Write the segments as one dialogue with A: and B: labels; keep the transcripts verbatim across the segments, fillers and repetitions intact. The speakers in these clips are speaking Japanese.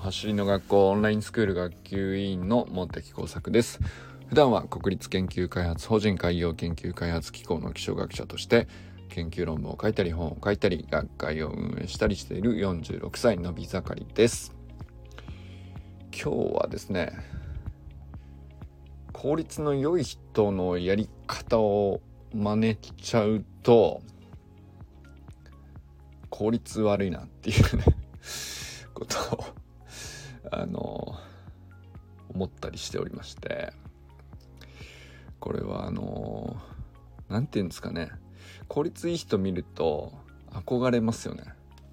A: 走りの学校オンラインスクール学級委員の茂木耕作です。普段は国立研究開発法人海洋研究開発機構の気象学者として研究論文を書いたり本を書いたり学会を運営したりしているよんじゅうろくさいのび盛りです。今日はですね、効率の良い人のやり方を真似ちゃうと効率悪いなっていうねことをあの思ったりしておりまして、これはあのなんていうんですかね、効率いい人見ると憧れますよね。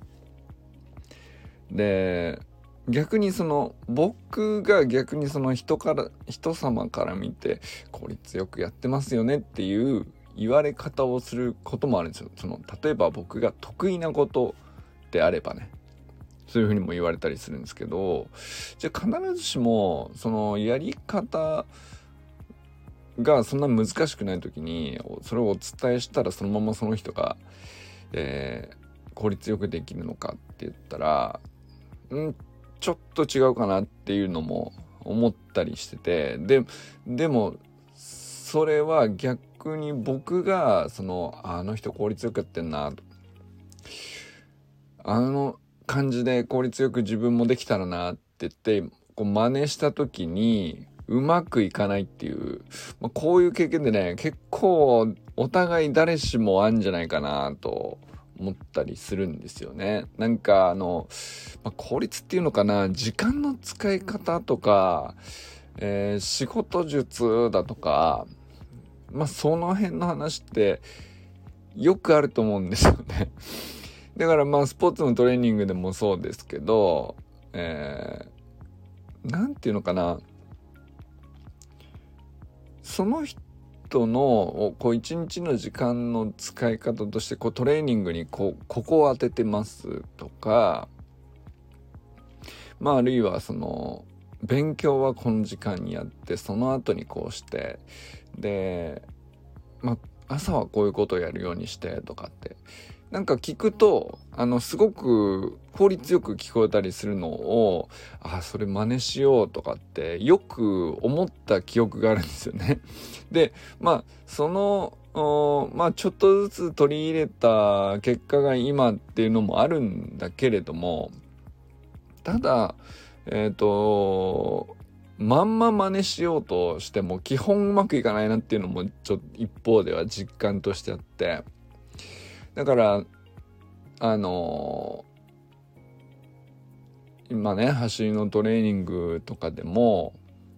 A: で逆にその僕が逆にその人から人様から見て効率よくやってますよねっていう言われ方をすることもあるんですよ。その例えば僕が得意なことであればね、そういうふうにも言われたりするんですけど、じゃあ必ずしもそのやり方がそんな難しくない時にそれをお伝えしたらそのままその人が、えー、効率よくできるのかって言ったら、んちょっと違うかなっていうのも思ったりしてて、ででもそれは逆に僕がそのあの人効率よくやってんなと、あの感じで効率よく自分もできたらなって言ってこう真似した時にうまくいかないっていう、まあ、こういう経験でね結構お互い誰しもあるんじゃないかなと思ったりするんですよね。なんかあの、まあ、効率っていうのかな、時間の使い方とか、えー、仕事術だとか、まあその辺の話ってよくあると思うんですよね。だからまあスポーツのトレーニングでもそうですけど、えー、なんていうのかな、その人のこう一日の時間の使い方としてこうトレーニングにこうここを当ててますとか、まああるいはその勉強はこの時間にやってその後にこうしてで、まあ朝はこういうことをやるようにしてとかってなんか聞くとあのすごく効率よく聞こえたりするのを、あそれ真似しようとかってよく思った記憶があるんですよね。でまあそのまあちょっとずつ取り入れた結果が今っていうのもあるんだけれども、ただえっとまんま真似しようとしても基本うまくいかないなっていうのもちょっと一方では実感としてあって、だからあのー、今ね走りのトレーニングとかでも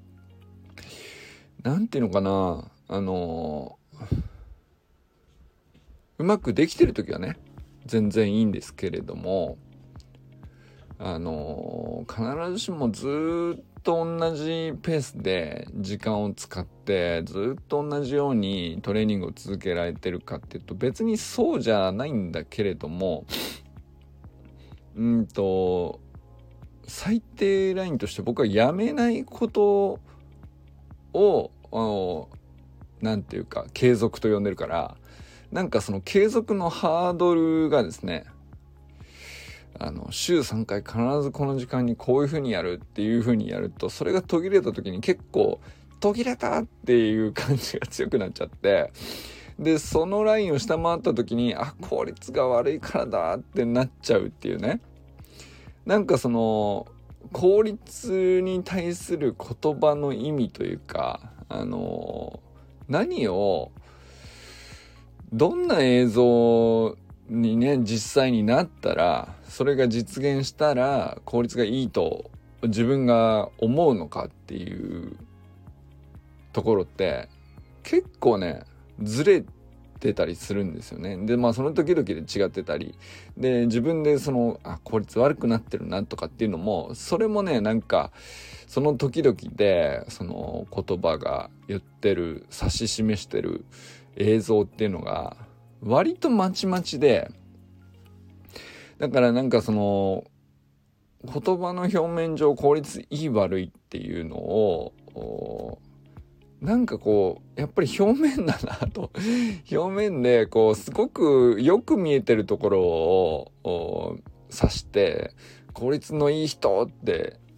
A: なんていうのかな、あのー、うまくできてる時はね全然いいんですけれども、あのー、必ずしもずっと同じペースで時間を使ってずっと同じようにトレーニングを続けられてるかっていうと別にそうじゃないんだけれども、うんと最低ラインとして僕はやめないことをあのなんていうか継続と呼んでるから、なんかその継続のハードルがですね、あの週さんかい必ずこの時間にこういう風にやるっていう風にやると、それが途切れた時に結構途切れたっていう感じが強くなっちゃって、でそのラインを下回った時にあ効率が悪いからだってなっちゃうっていうね、なんかその効率に対する言葉の意味というか、あの何をどんな映像にね実際になったらそれが実現したら効率がいいと自分が思うのかっていうところって結構ねずれてたりするんですよね。でまあその時々で違ってたりで、自分でそのあ効率悪くなってるなとかっていうのもそれもねなんかその時々でその言葉が言ってる指し示してる映像っていうのが割とまちまちで、だからなんかその言葉の表面上効率いい悪いっていうのをなんかこうやっぱり表面だなと表面でこうすごくよく見えてるところを指して効率のいい人って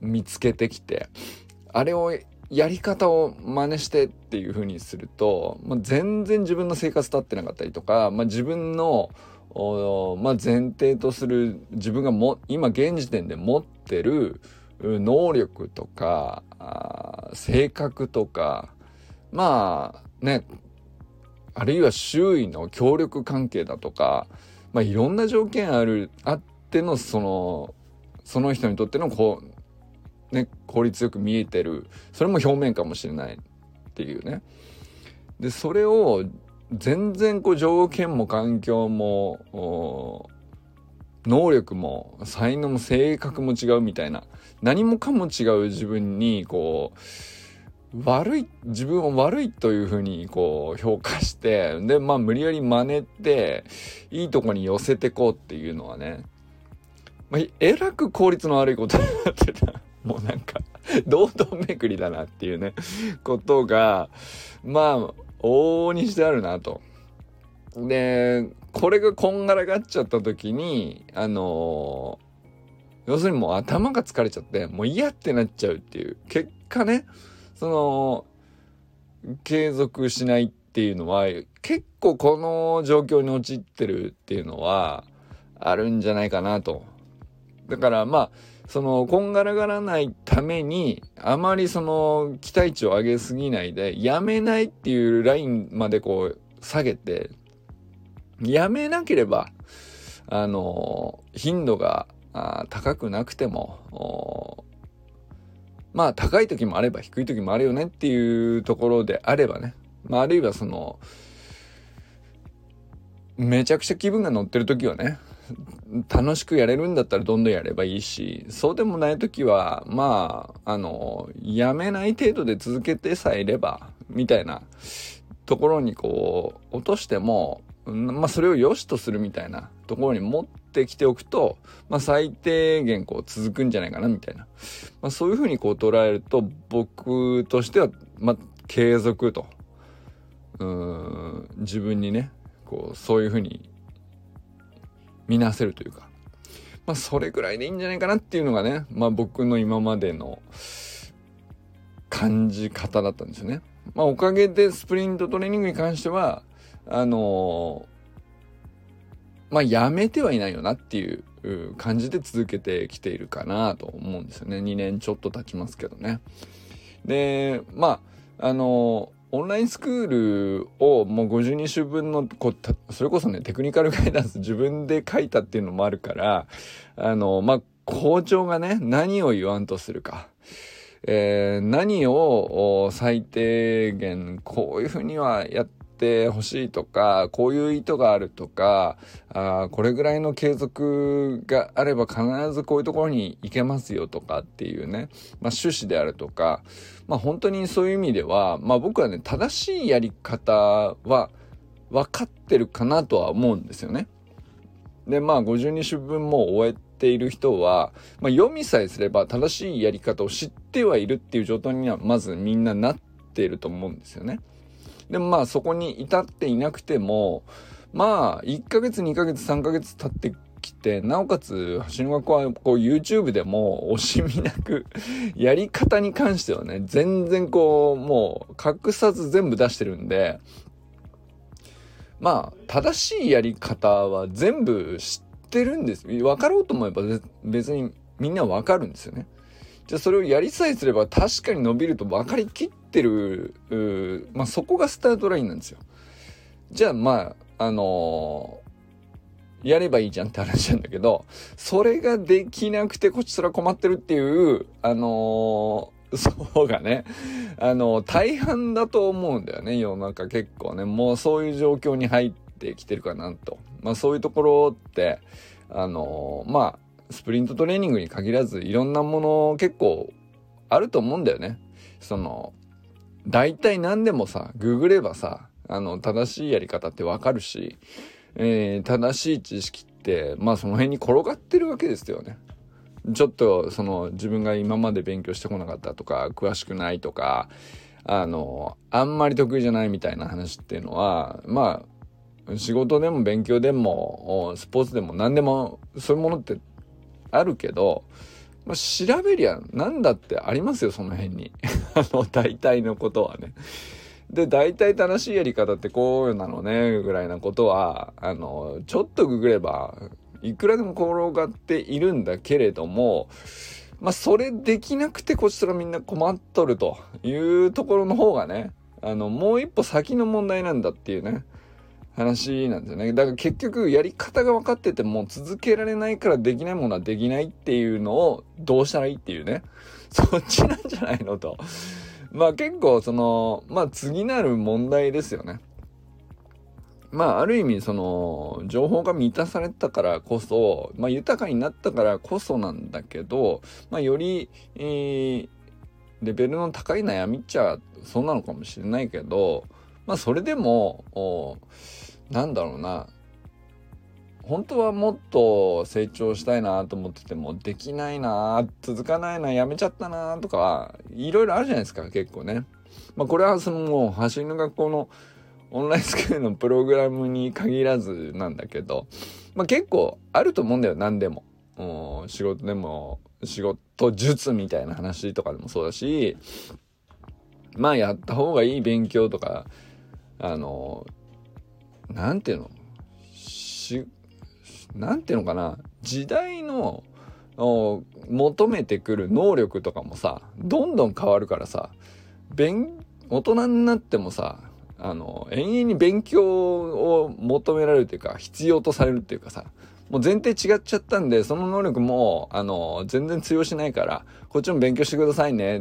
A: 見つけてきて、あれをやり方を真似してっていう風にすると、まあ、全然自分の生活立ってなかったりとか、まあ、自分の、まあ、前提とする自分がも今現時点で持ってる能力とか性格とか、まあね、あるいは周囲の協力関係だとか、まあ、いろんな条件あるあってのそのその人にとってのこうね効率よく見えてる、それも表面かもしれないっていうね。でそれを全然こう条件も環境も能力も才能も性格も違うみたいな、何もかも違う自分にこう悪い自分を悪いというふうにこう評価して、でまあ無理やり真似ていいとこに寄せてこうっていうのはね、まあ、えらく効率の悪いことになってた。もうなんか堂々巡りだなっていうねことがまあ往々にしてあるなと。でこれがこんがらがっちゃった時にあのー、要するにもう頭が疲れちゃってもう嫌ってなっちゃうっていう結果ね、その継続しないっていうのは結構この状況に陥ってるっていうのはあるんじゃないかなと。だからまあそのこんがらがらないためにあまりその期待値を上げすぎないでやめないっていうラインまでこう下げて、やめなければあの頻度が高くなくてもまあ高い時もあれば低い時もあるよねっていうところであればね、まああるいはそのめちゃくちゃ気分が乗ってる時はね楽しくやれるんだったらどんどんやればいいし、そうでもない時はまああのやめない程度で続けてさえいればみたいなところにこう落としても、まあそれを良しとするみたいなところに持ってきておくと、まあ最低限こう続くんじゃないかなみたいな、まあそういうふうにこう捉えると僕としてはまあ継続とうーん自分にねこうそういうふうに見なせるというか、まあそれぐらいでいいんじゃないかなっていうのがね、まあ僕の今までの感じ方だったんですよね。まあおかげでスプリントトレーニングに関してはあのー、まあやめてはいないよなっていう感じで続けてきているかなと思うんですよね。にねんちょっと経ちますけどね。でまああのーオンラインスクールをもうごじゅうに週分のこそれこそねテクニカルガイダンス自分で書いたっていうのもあるから、あのまあ校長がね何を言わんとするか、えー、何を最低限こういうふうにはやってほしいとか、こういう意図があるとか、あこれぐらいの継続があれば必ずこういうところに行けますよとかっていうね、まあ、趣旨であるとか、まあ本当にそういう意味では、まあ僕はね正しいやり方は分かってるかなとは思うんですよね。でまあごじゅうに週分も終えている人は、まあ、読みさえすれば正しいやり方を知ってはいるっていう状態にはまずみんななっていると思うんですよね。でもまあそこに至っていなくてもまあいっかげつにかげつさんかげつ経ってきて、なおかつ橋の学校はこう YouTube でも惜しみなくやり方に関してはね全然こうもう隠さず全部出してるんで、まあ正しいやり方は全部知ってるんです。分かろうと思えば別にみんな分かるんですよね。じゃあそれをやりさえすれば確かに伸びると分かりきってる、まあそこがスタートラインなんですよ。じゃあまああのー、やればいいじゃんって話なんだけど、それができなくてこちら困ってるっていうあのー、そうがねあのー、大半だと思うんだよね世の中。結構ねもうそういう状況に入ってきてるかなと。まあそういうところってあのー、まあスプリントトレーニングに限らずいろんなもの結構あると思うんだよね。その大体何でもさググればさあの正しいやり方ってわかるし、えー、正しい知識ってまあその辺に転がってるわけですよね。ちょっとその自分が今まで勉強してこなかったとか詳しくないとかあのあんまり得意じゃないみたいな話っていうのはまあ仕事でも勉強でもスポーツでも何でもそういうものってあるけど、 まあ、調べりゃなんだってありますよ、その辺に。あの、大体のことはね。で、大体正しいやり方ってこうなのね、ぐらいなことは、あの、ちょっとググれば、いくらでも転がっているんだけれども、まあ、それできなくてこちとらみんな困っとるというところの方がね、あの、もう一歩先の問題なんだっていうね、話なんですよね。だから結局やり方が分かってても続けられないからできないものはできないっていうのをどうしたらいいっていうね。そっちなんじゃないのと。まあ結構その、まあ次なる問題ですよね。まあある意味その情報が満たされたからこそ、まあ豊かになったからこそなんだけど、まあより、えー、レベルの高い悩みっちゃそうなのかもしれないけど、まあそれでも、なんだろうな、本当はもっと成長したいなと思っててもできないな、続かないな、やめちゃったなとかいろいろあるじゃないですか、結構ね。まあこれはそのもう走りの学校のオンラインスクールのプログラムに限らずなんだけど、まあ結構あると思うんだよ、何でも。仕事でも仕事術みたいな話とかでもそうだし、まあやった方がいい勉強とか、あのなんていうのしなんていうのかな、時代の求めてくる能力とかもさ、どんどん変わるからさ、勉大人になってもさ、あの永遠に勉強を求められるというか必要とされるっていうかさ、もう前提違っちゃったんで、その能力もあの全然通用しないからこっちも勉強してくださいねって、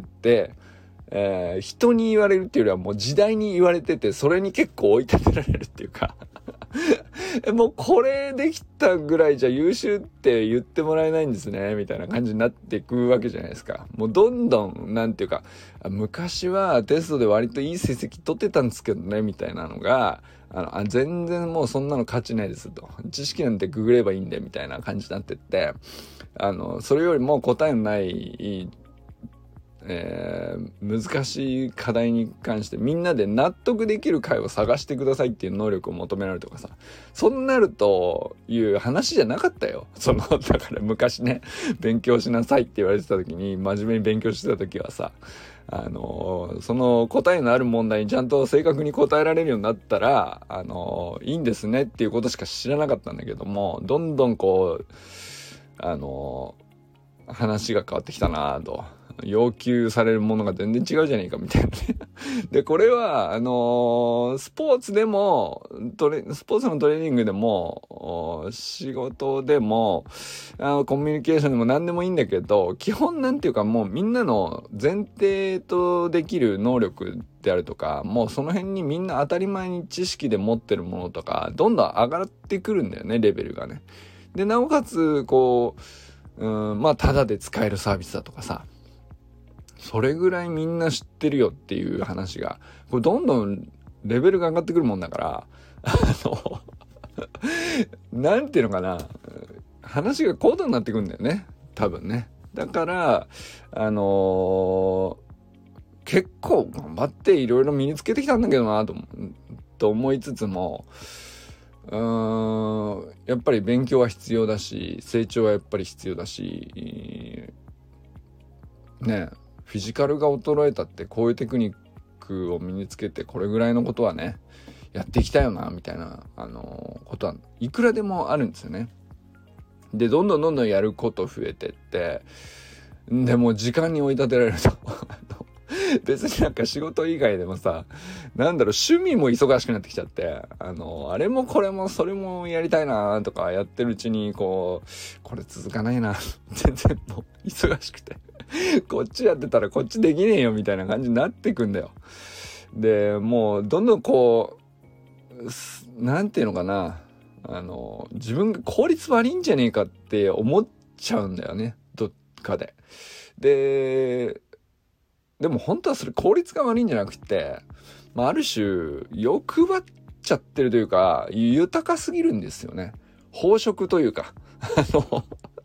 A: えー、人に言われるっていうよりはもう時代に言われてて、それに結構追い立てられるっていうかもうこれできたぐらいじゃ優秀って言ってもらえないんですねみたいな感じになっていくわけじゃないですか。もうどんどんなんていうか、昔はテストで割といい成績取ってたんですけどねみたいなのが、あのあ全然もうそんなの価値ないですと、知識なんてググればいいんでみたいな感じになってって、あのそれよりも答えのないえー、難しい課題に関してみんなで納得できる解を探してくださいっていう能力を求められるとかさ、そうなるという話じゃなかったよ。そのだから昔ね、勉強しなさいって言われてた時に真面目に勉強してた時はさ、あのー、その答えのある問題にちゃんと正確に答えられるようになったら、あのー、いいんですねっていうことしか知らなかったんだけども、どんどんこうあのー、話が変わってきたなぁと。要求されるものが全然違うじゃねえかみたいなねでこれはあのー、スポーツでもトレスポーツのトレーニングでも仕事でもあのコミュニケーションでも何でもいいんだけど、基本なんていうかもうみんなの前提とできる能力であるとか、もうその辺にみんな当たり前に知識で持ってるものとかどんどん上がってくるんだよね、レベルがね。でなおかつこう、うん、まあタダで使えるサービスだとかさ、それぐらいみんな知ってるよっていう話が、これどんどんレベルが上がってくるもんだから、あの、なんていうのかな、話が高度になってくるんだよね、多分ね。だから、あのー、結構頑張っていろいろ身につけてきたんだけどなと、と思いつつも、うーん、やっぱり勉強は必要だし、成長はやっぱり必要だし、ねえ、フィジカルが衰えたってこういうテクニックを身につけてこれぐらいのことはねやっていきたいよなみたいな、あのー、ことはいくらでもあるんですよね。でどんどんどんどんやること増えてって、でも時間に追い立てられると別になんか仕事以外でもさ、なんだろう、趣味も忙しくなってきちゃって、あのあれもこれもそれもやりたいなとかやってるうちにこうこれ続かないな全然もう忙しくてこっちやってたらこっちできねえよみたいな感じになってくんだよ。でもうどんどんこうなんていうのかな、あの自分が効率悪いんじゃねえかって思っちゃうんだよね、どっかで。ででも本当はそれ効率が悪いんじゃなくて、まあ、ある種欲張っちゃってるというか豊かすぎるんですよね、飽食というかあの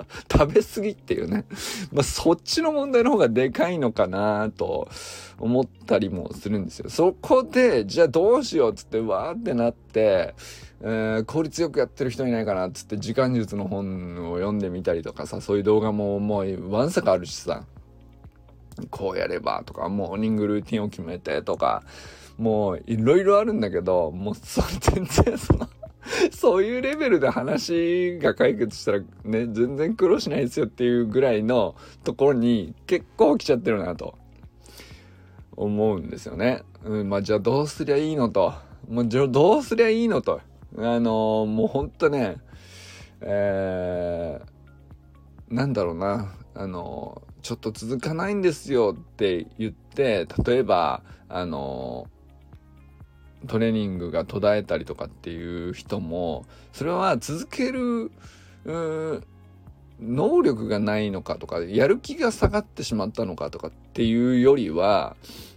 A: 食べ過ぎっていうね。まあそっちの問題の方がでかいのかなと思ったりもするんですよ。そこで、じゃあどうしようっつってわーってなって、えー、効率よくやってる人いないかなっつって時間術の本を読んでみたりとかさ、そういう動画ももうわんさかあるしさ、こうやればとか、モーニングルーティンを決めてとか、もういろいろあるんだけど、もうそれ全然そのそういうレベルで話が解決したらね、全然苦労しないですよっていうぐらいのところに結構来ちゃってるなと思うんですよね。うん、まあじゃあどうすりゃいいのと、もうじゃあどうすりゃいいのと、あのー、もうほんとね、えー、なんだろうな、あのー、ちょっと続かないんですよって言って、例えばあのートレーニングが途絶えたりとかっていう人も、それは続ける能力がないのかとか、やる気が下がってしまったのかとかっていうよりは、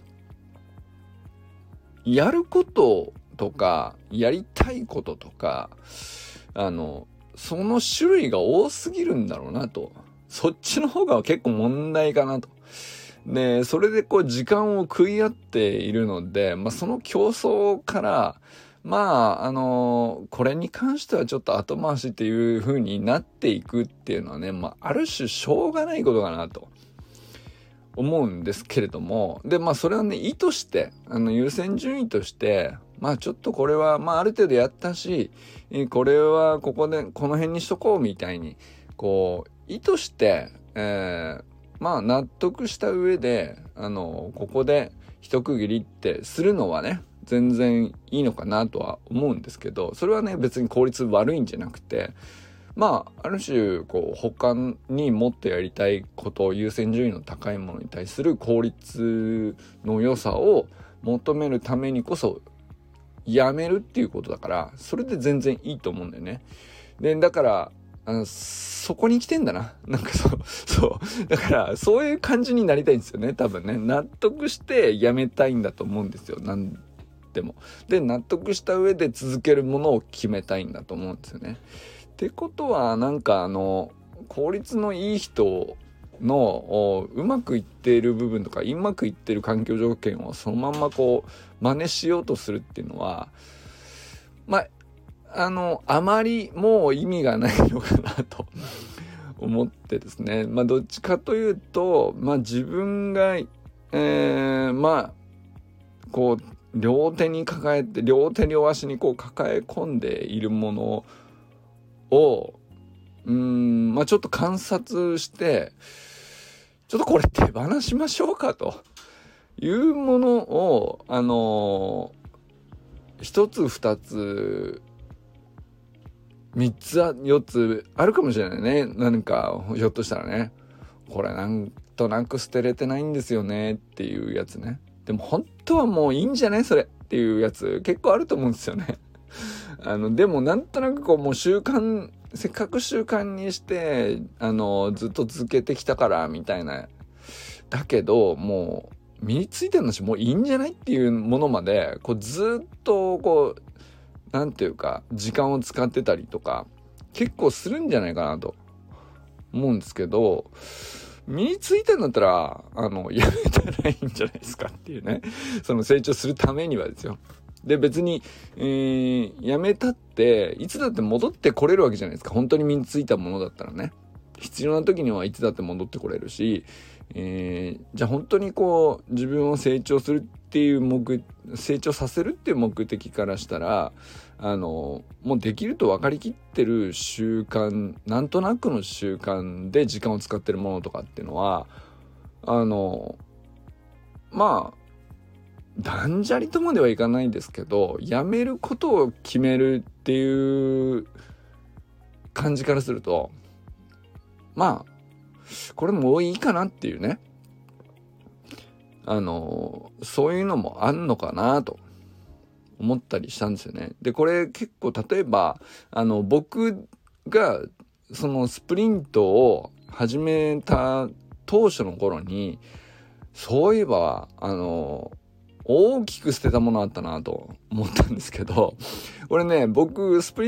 A: やることとかやりたいこととか、あのその種類が多すぎるんだろうなと。そっちの方が結構問題かなと。で、それでこう時間を食い合っているので、まあその競争から、まああのこれに関してはちょっと後回しっていう風になっていくっていうのはね、まあある種しょうがないことかなと思うんですけれども、でまあそれはね、意図してあの優先順位として、まあちょっとこれはまあある程度やったし、これはここでこの辺にしとこうみたいにこう意図して、えーまあ納得した上で、あの、ここで一区切りってするのはね、全然いいのかなとは思うんですけど、それはね、別に効率悪いんじゃなくて、まあ、ある種、こう、他にもっとやりたいことを優先順位の高いものに対する効率の良さを求めるためにこそ、やめるっていうことだから、それで全然いいと思うんだよね。で、だから、あのそこに来てんだな。なんかそう、そう。だから、そういう感じになりたいんですよね。多分ね。納得してやめたいんだと思うんですよ。なんでも。で、納得した上で続けるものを決めたいんだと思うんですよね。ってことは、なんかあの、効率のいい人のうまくいっている部分とか、うまくいっている環境条件をそのまんまこう、真似しようとするっていうのは、まあ、あの、あまりもう意味がないのかなと思ってですね。まあ、どっちかというと、まあ、自分が、えー、まあ、こう、両手に抱えて、両手両足にこう抱え込んでいるものを、うーん、まあ、ちょっと観察して、ちょっとこれ手放しましょうかというものを、あのー、一つ二つ、三つ四つあるかもしれないね。何かひょっとしたらね、これなんとなく捨てれてないんですよねっていうやつね。でも本当はもういいんじゃないそれっていうやつ結構あると思うんですよね。あのでもなんとなくこうもう習慣、せっかく習慣にしてあのずっと続けてきたからみたいな、だけどもう身についてるのしもういいんじゃないっていうものまでこうずっとこうなんていうか時間を使ってたりとか結構するんじゃないかなと思うんですけど、身についてんだったらあのやめたらいいんじゃないですかっていうね。その成長するためにはですよ。で別に、えー、やめたっていつだって戻ってこれるわけじゃないですか。本当に身についたものだったらね、必要な時にはいつだって戻ってこれるし、えー、じゃあ本当にこう自分を成長するっていう目成長させるっていう目的からしたら、あのもうできると分かりきってる習慣、なんとなくの習慣で時間を使ってるものとかっていうのは、あのまあ断捨離とまではいかないんですけど、やめることを決めるっていう感じからすると、まあこれもいいかなっていうね、あのそういうのもあんのかなと思ったりしたんですよね。でこれ結構例えばあの僕がそのスプリントを始めた当初の頃に、そういえばあの大きく捨てたものあったなと思ったんですけど、これね、僕スプリン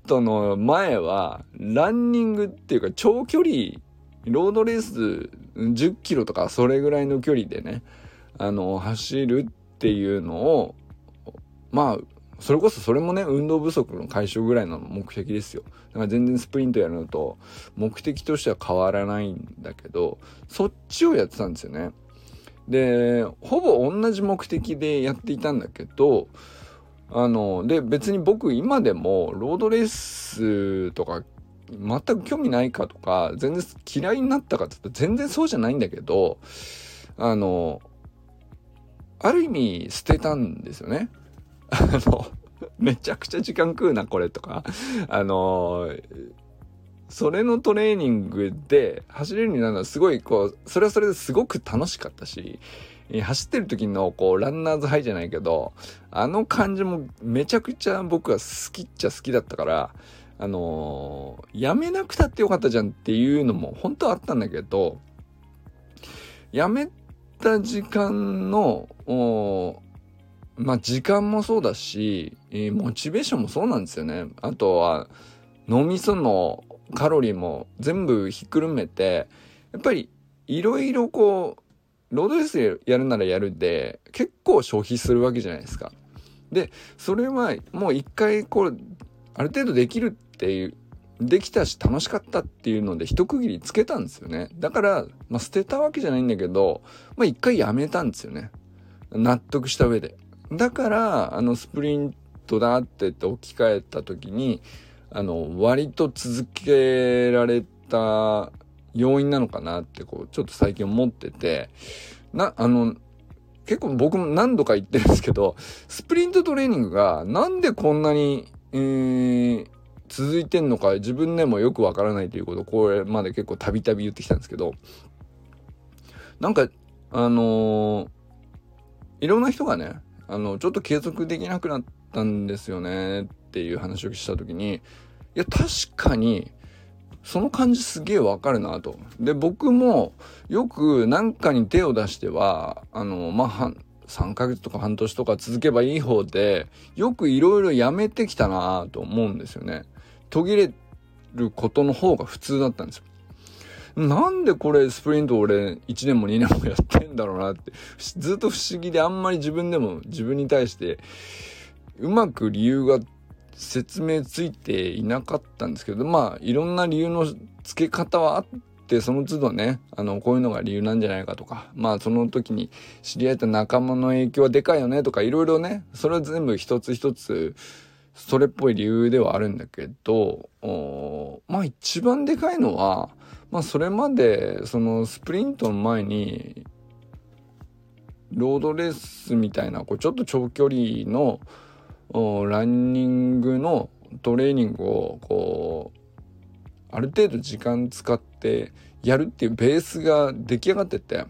A: トの前はランニングっていうか長距離ロードレースじゅっキロとかそれぐらいの距離でねあの走るっていうのをまあそれこそそれもね運動不足の解消ぐらいの目的ですよ。だから全然スプリントやるのと目的としては変わらないんだけどそっちをやってたんですよね。でほぼ同じ目的でやっていたんだけどあので別に僕今でもロードレースとか全く興味ないかとか全然嫌いになったかって言ったら全然そうじゃないんだけどあのある意味捨てたんですよね。あのめちゃくちゃ時間食うなこれとかあのそれのトレーニングで走れるようになるのはすごいこうそれはそれですごく楽しかったし走ってる時のこうランナーズハイじゃないけどあの感じもめちゃくちゃ僕は好きっちゃ好きだったからあのー、やめなくたってよかったじゃんっていうのも本当はあったんだけどやめた時間のまあ時間もそうだし、えー、モチベーションもそうなんですよね。あとは脳みそのカロリーも全部ひっくるめてやっぱりいろいろこうロードレースやるならやるで結構消費するわけじゃないですか。でそれはもう一回こうある程度できるっていうできたし楽しかったっていうので一区切りつけたんですよね。だから、まあ、捨てたわけじゃないんだけどまあ一回やめたんですよね。納得した上で。だからあのスプリントだって言って置き換えた時にあの割と続けられた要因なのかなってこうちょっと最近思っててなあの結構僕も何度か言ってるんですけどスプリントトレーニングがなんでこんなに、えー、続いてんのか自分でもよくわからないということをこれまで結構たびたび言ってきたんですけどなんかあのー、いろんな人がねあのちょっと継続できなくなったんですよねっていう話をした時にいや確かにその感じすげえわかるなと。で僕もよく何かに手を出してはあのまあさんかげつとか半年とか続けばいい方でよくいろいろやめてきたなと思うんですよね。途切れることの方が普通だったんですよ。なんでこれスプリント俺いちねんもにねんもやってんだろうなってずっと不思議であんまり自分でも自分に対してうまく理由が説明ついていなかったんですけどまあいろんな理由の付け方はあってその都度ねあのこういうのが理由なんじゃないかとかまあその時に知り合えた仲間の影響はでかいよねとかいろいろねそれは全部一つ一つそれっぽい理由ではあるんだけどまあ一番でかいのはまあそれまでそのスプリントの前にロードレースみたいなこうちょっと長距離のランニングのトレーニングをこうある程度時間使ってやるっていうベースが出来上がってて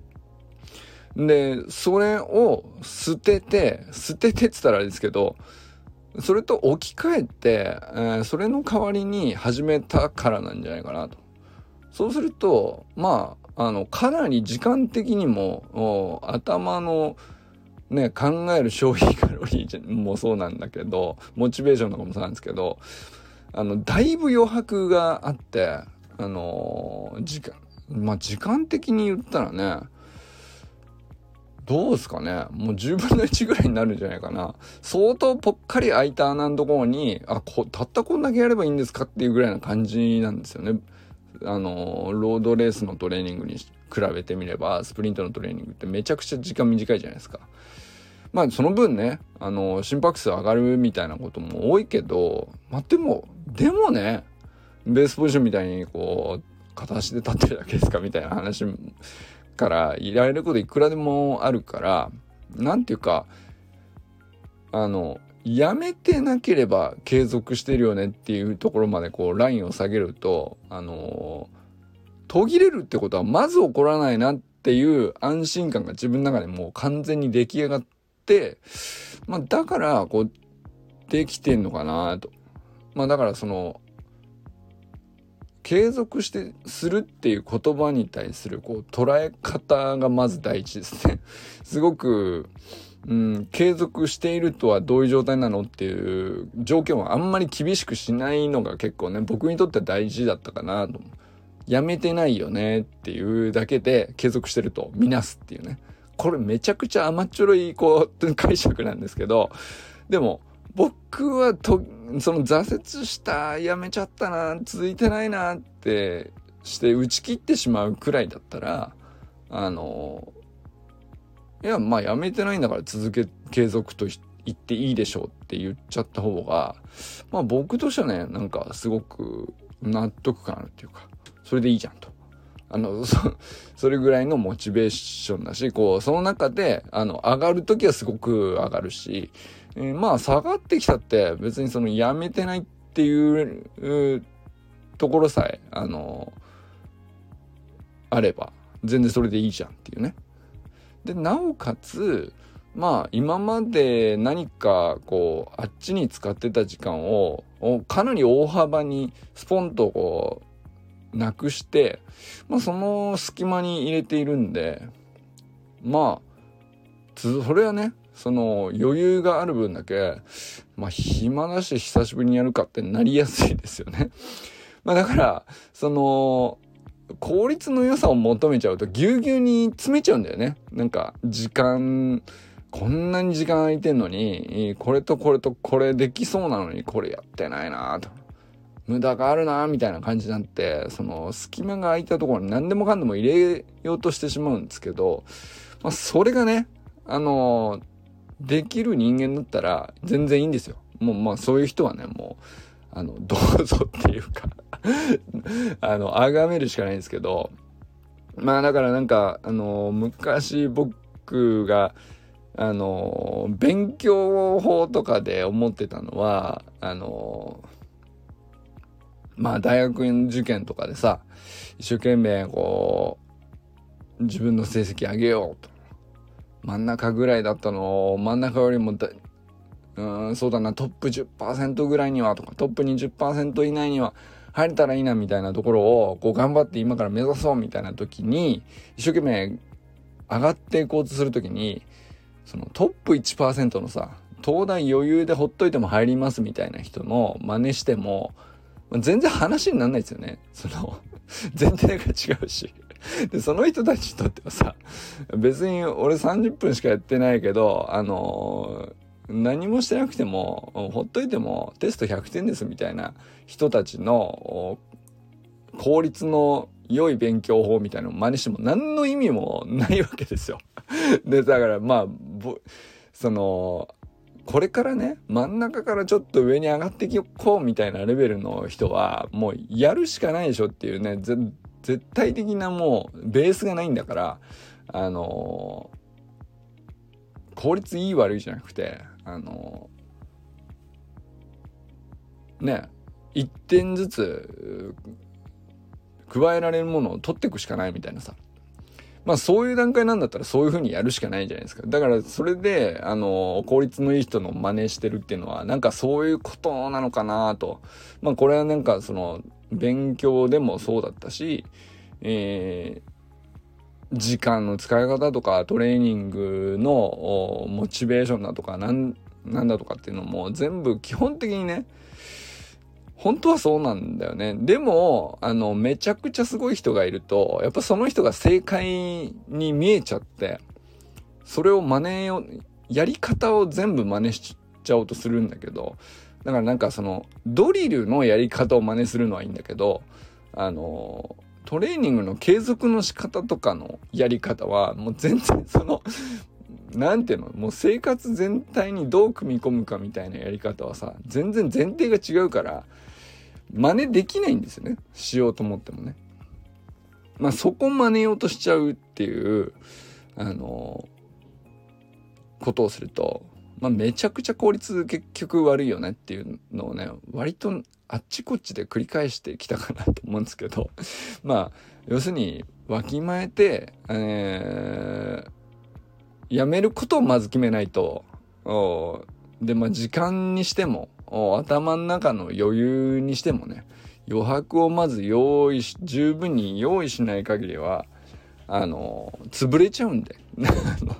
A: でそれを捨てて捨ててって言ったらあれですけどそれと置き換えて、えー、それの代わりに始めたからなんじゃないかなと。そうするとまああのかなり時間的にも頭のね考える消費カロリーもそうなんだけどモチベーションとかもそうなんですけどあのだいぶ余白があってあのー、時間まあ時間的に言ったらねどうですかねもうじゅうぶんのいちぐらいになるんじゃないかな。相当ぽっかり空いた穴のところにあこたったこんだけやればいいんですかっていうぐらいな感じなんですよね。あのロードレースのトレーニングに比べてみればスプリントのトレーニングってめちゃくちゃ時間短いじゃないですか。まあその分ねあの心拍数上がるみたいなことも多いけどまあでもでもねベースポジションみたいにこう片足で立ってるだけですかみたいな話からいられることいくらでもあるからなんていうかあのやめてなければ継続してるよねっていうところまでこうラインを下げるとあの途切れるってことはまず起こらないなっていう安心感が自分の中でもう完全に出来上がってまあだからこうできてんのかなと。まあだからその継続してするっていう言葉に対するこう捉え方がまず第一ですね。すごくうん、継続しているとはどういう状態なのっていう条件はあんまり厳しくしないのが結構ね、僕にとっては大事だったかなと。やめてないよねっていうだけで継続してるとみなすっていうね。これめちゃくちゃ甘っちょろいこう解釈なんですけど、でも僕はとその挫折した、やめちゃったな、続いてないなってして打ち切ってしまうくらいだったら、あのいやまあやめてないんだから続け継続と言っていいでしょうって言っちゃった方が、まあ僕としてはね、なんかすごく納得感あるっていうか、それでいいじゃんと。あの そ, それぐらいのモチベーションだし、こうその中であの上がるときはすごく上がるし、えー、まあ下がってきたって別にそのやめてないっていうところさえあのあれば全然それでいいじゃんっていうね。でなおかつまあ今まで何かこうあっちに使ってた時間をかなり大幅にスポンとこうなくして、まあその隙間に入れているんで、まあつそれはね、その余裕がある分だけ、まあ暇だし久しぶりにやるかってなりやすいですよね。まあだからその効率の良さを求めちゃうとぎゅうぎゅうに詰めちゃうんだよね。なんか時間こんなに時間空いてんのにこれとこれとこれできそうなのにこれやってないなと、無駄があるなみたいな感じになって、その隙間が空いたところに何でもかんでも入れようとしてしまうんですけど、まあそれがね、あのできる人間だったら全然いいんですよ。もうまあそういう人はね、もうあのどうぞっていうかあの崇めるしかないんですけど、まあだからなんかあの昔僕があの勉強法とかで思ってたのは、あのまあ大学受験とかでさ、一生懸命こう自分の成績上げようと、真ん中ぐらいだったのを真ん中よりもだうーんそうだなトップ じゅっパーセント ぐらいにはとかトップ にじゅっパーセント 以内には入れたらいいなみたいなところをこう頑張って今から目指そうみたいな時に、一生懸命上がっていこうとする時に、そのトップ いちパーセント のさ、東大余裕でほっといても入りますみたいな人の真似しても全然話にならないですよね。その前提が違うしでその人たちにとってはさ、別に俺さんじゅっぷんしかやってないけどあのー、何もしてなくてもほっといてもテストひゃくてんですみたいな人たちの効率の良い勉強法みたいなのを真似しても何の意味もないわけですよでだからまあそのこれからね、真ん中からちょっと上に上がっていこうみたいなレベルの人はもうやるしかないでしょっていうね、絶対的なもうベースがないんだから、あのー、効率いい悪いじゃなくて、あのー、ね、いってんずつ加えられるものを取っていくしかないみたいなさ、まあそういう段階なんだったらそういう風にやるしかないじゃないですか。だからそれであの効率のいい人の真似してるっていうのはなんかそういうことなのかなと。まあこれはなんかその勉強でもそうだったし、えー、時間の使い方とかトレーニングのモチベーションだとかなんなんだとかっていうのも全部基本的にね、本当はそうなんだよね。でも、あの、めちゃくちゃすごい人がいると、やっぱその人が正解に見えちゃって、それを真似を、やり方を全部真似しちゃおうとするんだけど、だからなんかその、ドリルのやり方を真似するのはいいんだけど、あの、トレーニングの継続の仕方とかのやり方は、もう全然その、なんていうの、もう生活全体にどう組み込むかみたいなやり方はさ、全然前提が違うから、真似できないんですよね。しようと思ってもね。まあそこ真似ようとしちゃうっていう、あのー、ことをすると、まあめちゃくちゃ効率結局悪いよねっていうのをね、割とあっちこっちで繰り返してきたかなと思うんですけど、まあ要するにわきまえて、えー、やめることをまず決めないと、でまあ時間にしても頭の中の余裕にしてもね、余白をまず用意し十分に用意しない限りはあの潰れちゃうんで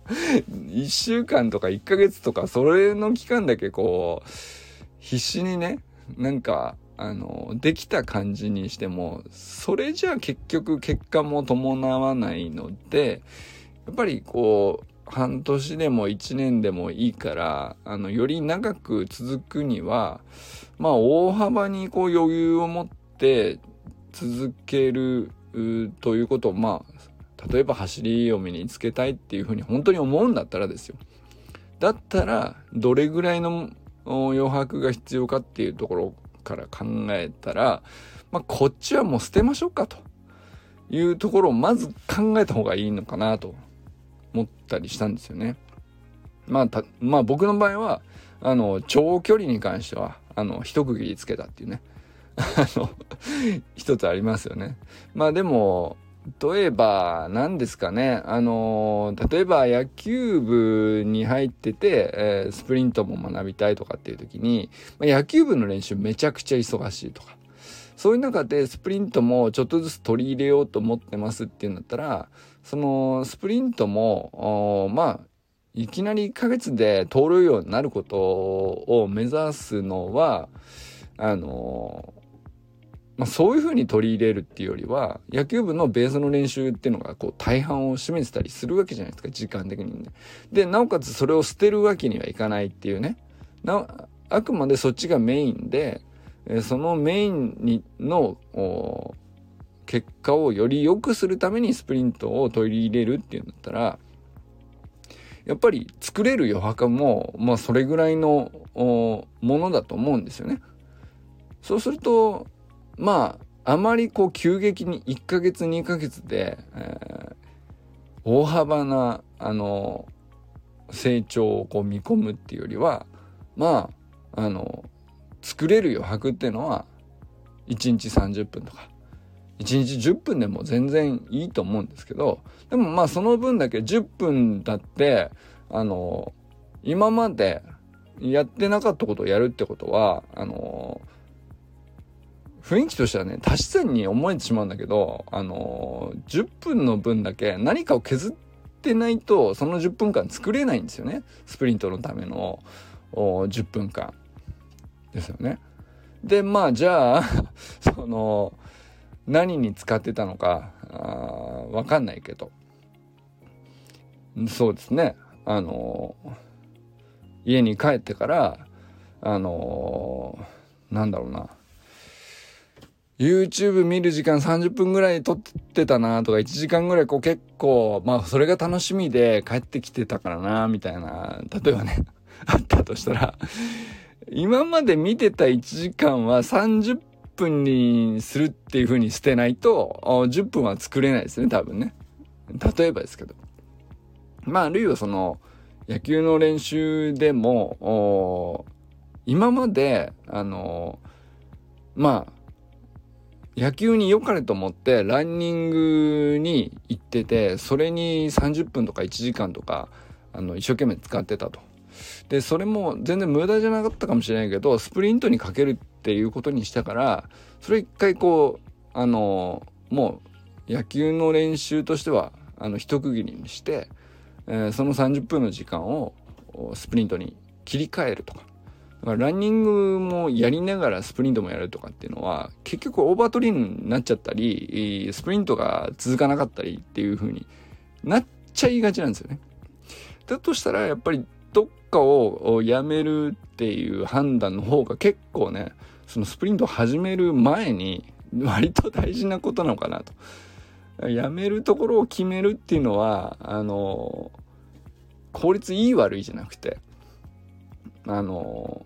A: いっしゅうかんとかいっかげつとかそれの期間だけこう必死にねなんかあのできた感じにしてもそれじゃあ結局結果も伴わないので、やっぱりこう半年でもいちねんでもいいからあのより長く続くにはまあ大幅にこう余裕を持って続けるということをまあ例えば走りを身につけたいっていうふうに本当に思うんだったらですよ、だったらどれぐらいの余白が必要かっていうところから考えたら、まあ、こっちはもう捨てましょうかというところをまず考えた方がいいのかなと思ったりしたんですよね。まあ、たまあ僕の場合はあの長距離に関してはあの一区切りつけたっていうねあの一つありますよね。まあでも例えば何ですかね、あの例えば野球部に入ってて、えー、スプリントも学びたいとかっていう時に、まあ、野球部の練習めちゃくちゃ忙しいとか、そういう中でスプリントもちょっとずつ取り入れようと思ってますっていうんだったら、そのスプリントもまあいきなりいっかげつで通るようになることを目指すのはあのまあ、そういう風に取り入れるっていうよりは野球部のベースの練習っていうのがこう大半を占めてたりするわけじゃないですか、時間的にね。でなおかつそれを捨てるわけにはいかないっていうね、なあくまでそっちがメインで、えそのメインにの結果をより良くするためにスプリントを取り入れるっていうんだったら、やっぱり作れる余白もまあそれぐらいのものだと思うんですよね。そうするとまああまりこう急激にいっかげつにかげつで、えー、大幅なあの成長をこう見込むっていうよりは、まああの作れる余白っていうのはいちにちさんじゅっぷんとかいちにちじゅっぷんでも全然いいと思うんですけど、でもまあその分だけじゅっぷんだってあの今までやってなかったことをやるってことはあの雰囲気としてはね足し算に思えてしまうんだけど、あのー、じゅっぷんの分だけ何かを削ってないとそのじゅっぷんかん作れないんですよね。スプリントのためのじゅっぷんかんですよね。でまあじゃあその何に使ってたのかあわかんないけど、そうですね、あのー、家に帰ってからあのー、なんだろうなYouTube 見る時間さんじゅっぷんぐらい撮ってたなとかいちじかんぐらいこう結構まあそれが楽しみで帰ってきてたからなみたいな例えばねあったとしたら、今まで見てたいちじかんはさんじゅっぷんにするっていう風に捨てないとじゅっぷんは作れないですね多分ね。例えばですけど、まああるいはその野球の練習でも今まであのまあ野球に良かれと思ってランニングに行ってて、それにさんじゅっぷんとかいちじかんとかあの一生懸命使ってたと。でそれも全然無駄じゃなかったかもしれないけどスプリントにかけるっていうことにしたから、それ一回こうあのもう野球の練習としてはあの一区切りにして、えー、そのさんじゅっぷんの時間をスプリントに切り替えるとか。ランニングもやりながらスプリントもやるとかっていうのは結局オーバートリーンになっちゃったりスプリントが続かなかったりっていう風になっちゃいがちなんですよね。だとしたらやっぱりどっかをやめるっていう判断の方が結構ね、そのスプリントを始める前に割と大事なことなのかなと。やめるところを決めるっていうのはあの効率いい悪いじゃなくて、あの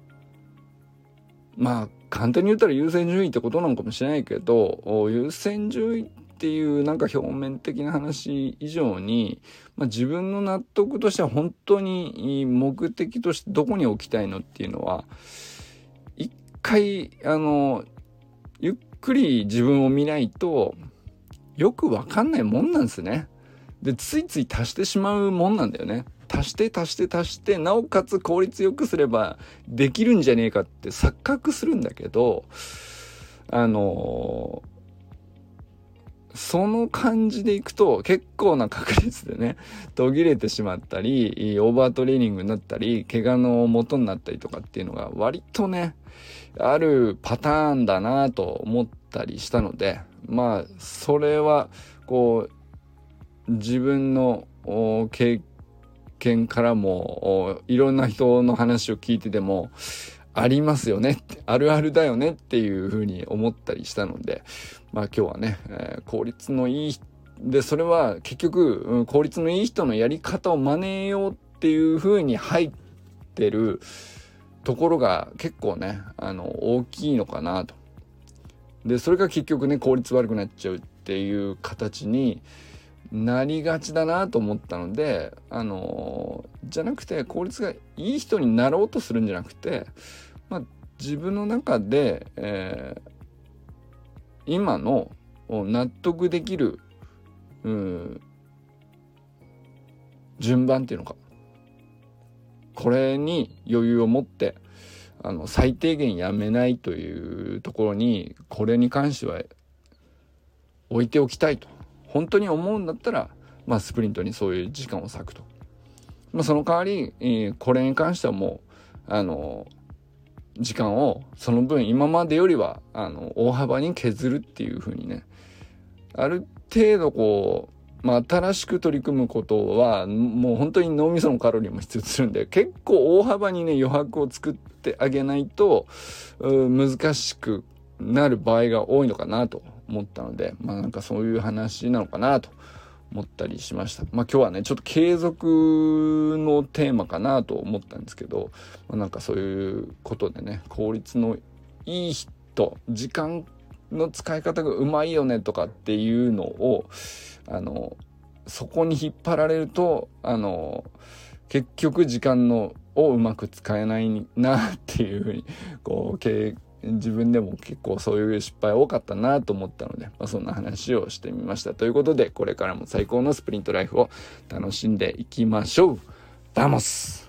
A: まあ簡単に言ったら優先順位ってことなのかもしれないけど、優先順位っていうなんか表面的な話以上に、まあ、自分の納得としては本当に目的としてどこに置きたいのっていうのは一回あのゆっくり自分を見ないとよくわかんないもんなんですね。でついつい足してしまうもんなんだよね。足して足して足してなおかつ効率よくすればできるんじゃねえかって錯覚するんだけど、あのその感じでいくと結構な確率でね途切れてしまったりオーバートレーニングになったり怪我の元になったりとかっていうのが割とねあるパターンだなと思ったりしたので、まあそれはこう自分の経験からもいろんな人の話を聞いててもありますよねってあるあるだよねっていうふうに思ったりしたので、まあ今日はね、えー、効率のいいでそれは結局、うん、効率のいい人のやり方を真似ようっていうふうに入ってるところが結構ねあの大きいのかなと。でそれが結局ね効率悪くなっちゃうっていう形になりがちだなと思ったので、あのじゃなくて効率がいい人になろうとするんじゃなくて、まあ、自分の中で、えー、今の納得できる、うん、順番っていうのか、これに余裕を持ってあの最低限やめないというところにこれに関しては置いておきたいと本当に思うんだったら、まあ、スプリントにそういう時間を割くと、まあ、その代わり、えー、これに関してはもうあの時間をその分今までよりはあの大幅に削るっていう風にねある程度こうまあ、新しく取り組むことはもう本当に脳みそのカロリーも必要するんで結構大幅にね余白を作ってあげないと難しくなる場合が多いのかなと思ったので、まあなんかそういう話なのかなと思ったりしました。まあ今日はねちょっと継続のテーマかなと思ったんですけど、まあ、なんかそういうことでね効率のいい人時間の使い方がうまいよねとかっていうのをあのそこに引っ張られるとあの結局時間のをうまく使えないなっていうふうにこう自分でも結構そういう失敗多かったなと思ったので、まあ、そんな話をしてみました。ということでこれからも最高のスプリントライフを楽しんでいきましょう。バモス。